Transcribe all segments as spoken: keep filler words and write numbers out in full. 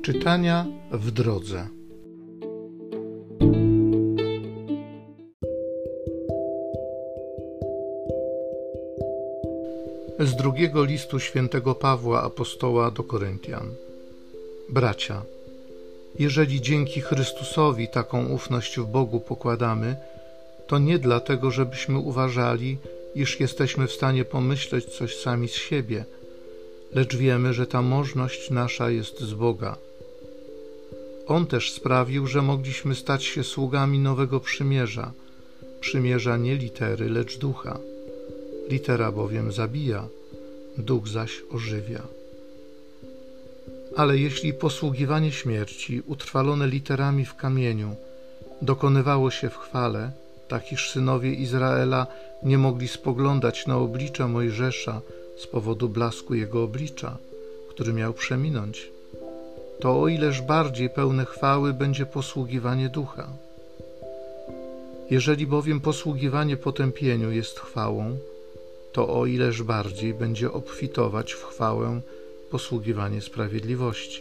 Czytania w drodze. Z drugiego listu świętego Pawła apostoła do Koryntian. Bracia, jeżeli dzięki Chrystusowi taką ufność w Bogu pokładamy, to nie dlatego, żebyśmy uważali, iż jesteśmy w stanie pomyśleć coś sami z siebie, lecz wiemy, że ta możność nasza jest z Boga. On też sprawił, że mogliśmy stać się sługami nowego przymierza, przymierza nie litery, lecz ducha. Litera bowiem zabija, duch zaś ożywia. Ale jeśli posługiwanie śmierci, utrwalone literami w kamieniu, dokonywało się w chwale, tak iż synowie Izraela nie mogli spoglądać na oblicza Mojżesza z powodu blasku jego oblicza, który miał przeminąć, to o ileż bardziej pełne chwały będzie posługiwanie ducha. Jeżeli bowiem posługiwanie potępieniu jest chwałą, to o ileż bardziej będzie obfitować w chwałę posługiwanie sprawiedliwości.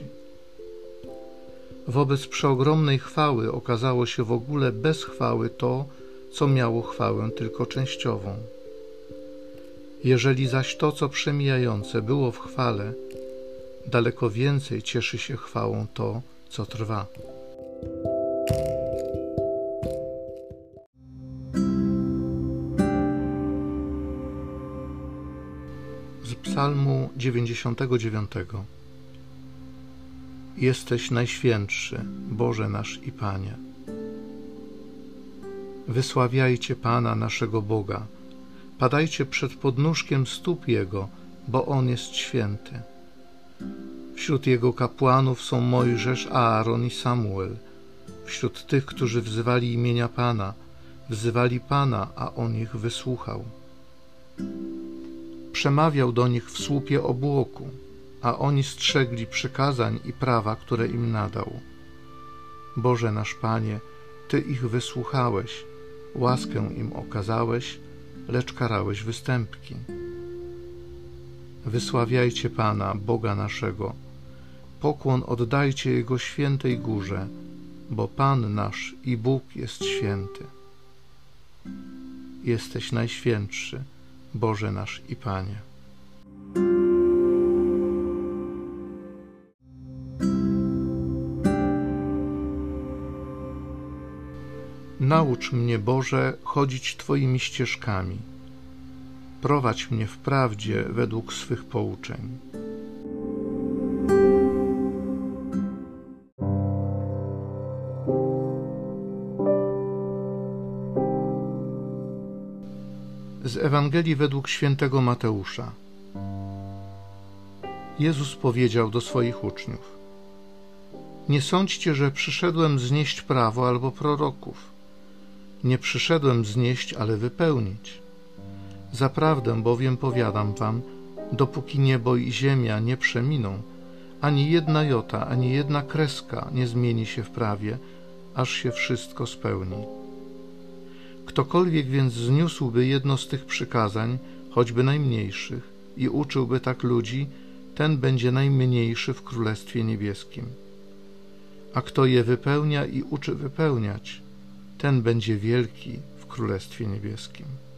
Wobec przeogromnej chwały okazało się w ogóle bez chwały to, co miało chwałę tylko częściową. Jeżeli zaś to, co przemijające, było w chwale, daleko więcej cieszy się chwałą to, co trwa. Z Psalmu dziewięćdziesiątego dziewiątego. Jesteś najświętszy, Boże nasz i Panie. Wysławiajcie Pana naszego Boga, padajcie przed podnóżkiem stóp Jego, bo On jest święty. Wśród Jego kapłanów są Mojżesz, Aaron i Samuel. Wśród tych, którzy wzywali imienia Pana, wzywali Pana, a On ich wysłuchał. Przemawiał do nich w słupie obłoku, a oni strzegli przykazań i prawa, które im nadał. Boże nasz Panie, Ty ich wysłuchałeś, łaskę im okazałeś, lecz karałeś występki. Wysławiajcie Pana, Boga naszego, pokłon oddajcie Jego świętej górze, bo Pan nasz i Bóg jest święty. Jesteś najświętszy, Boże nasz i Panie. Naucz mnie, Boże, chodzić Twoimi ścieżkami. Prowadź mnie w prawdzie według swych pouczeń. Z Ewangelii według świętego Mateusza. Jezus powiedział do swoich uczniów: Nie sądźcie, że przyszedłem znieść prawo albo proroków. Nie przyszedłem znieść, ale wypełnić. Zaprawdę bowiem powiadam wam, dopóki niebo i ziemia nie przeminą, ani jedna jota, ani jedna kreska nie zmieni się w prawie, aż się wszystko spełni. Ktokolwiek więc zniósłby jedno z tych przykazań, choćby najmniejszych, i uczyłby tak ludzi, ten będzie najmniejszy w Królestwie Niebieskim. A kto je wypełnia i uczy wypełniać, ten będzie wielki w Królestwie Niebieskim.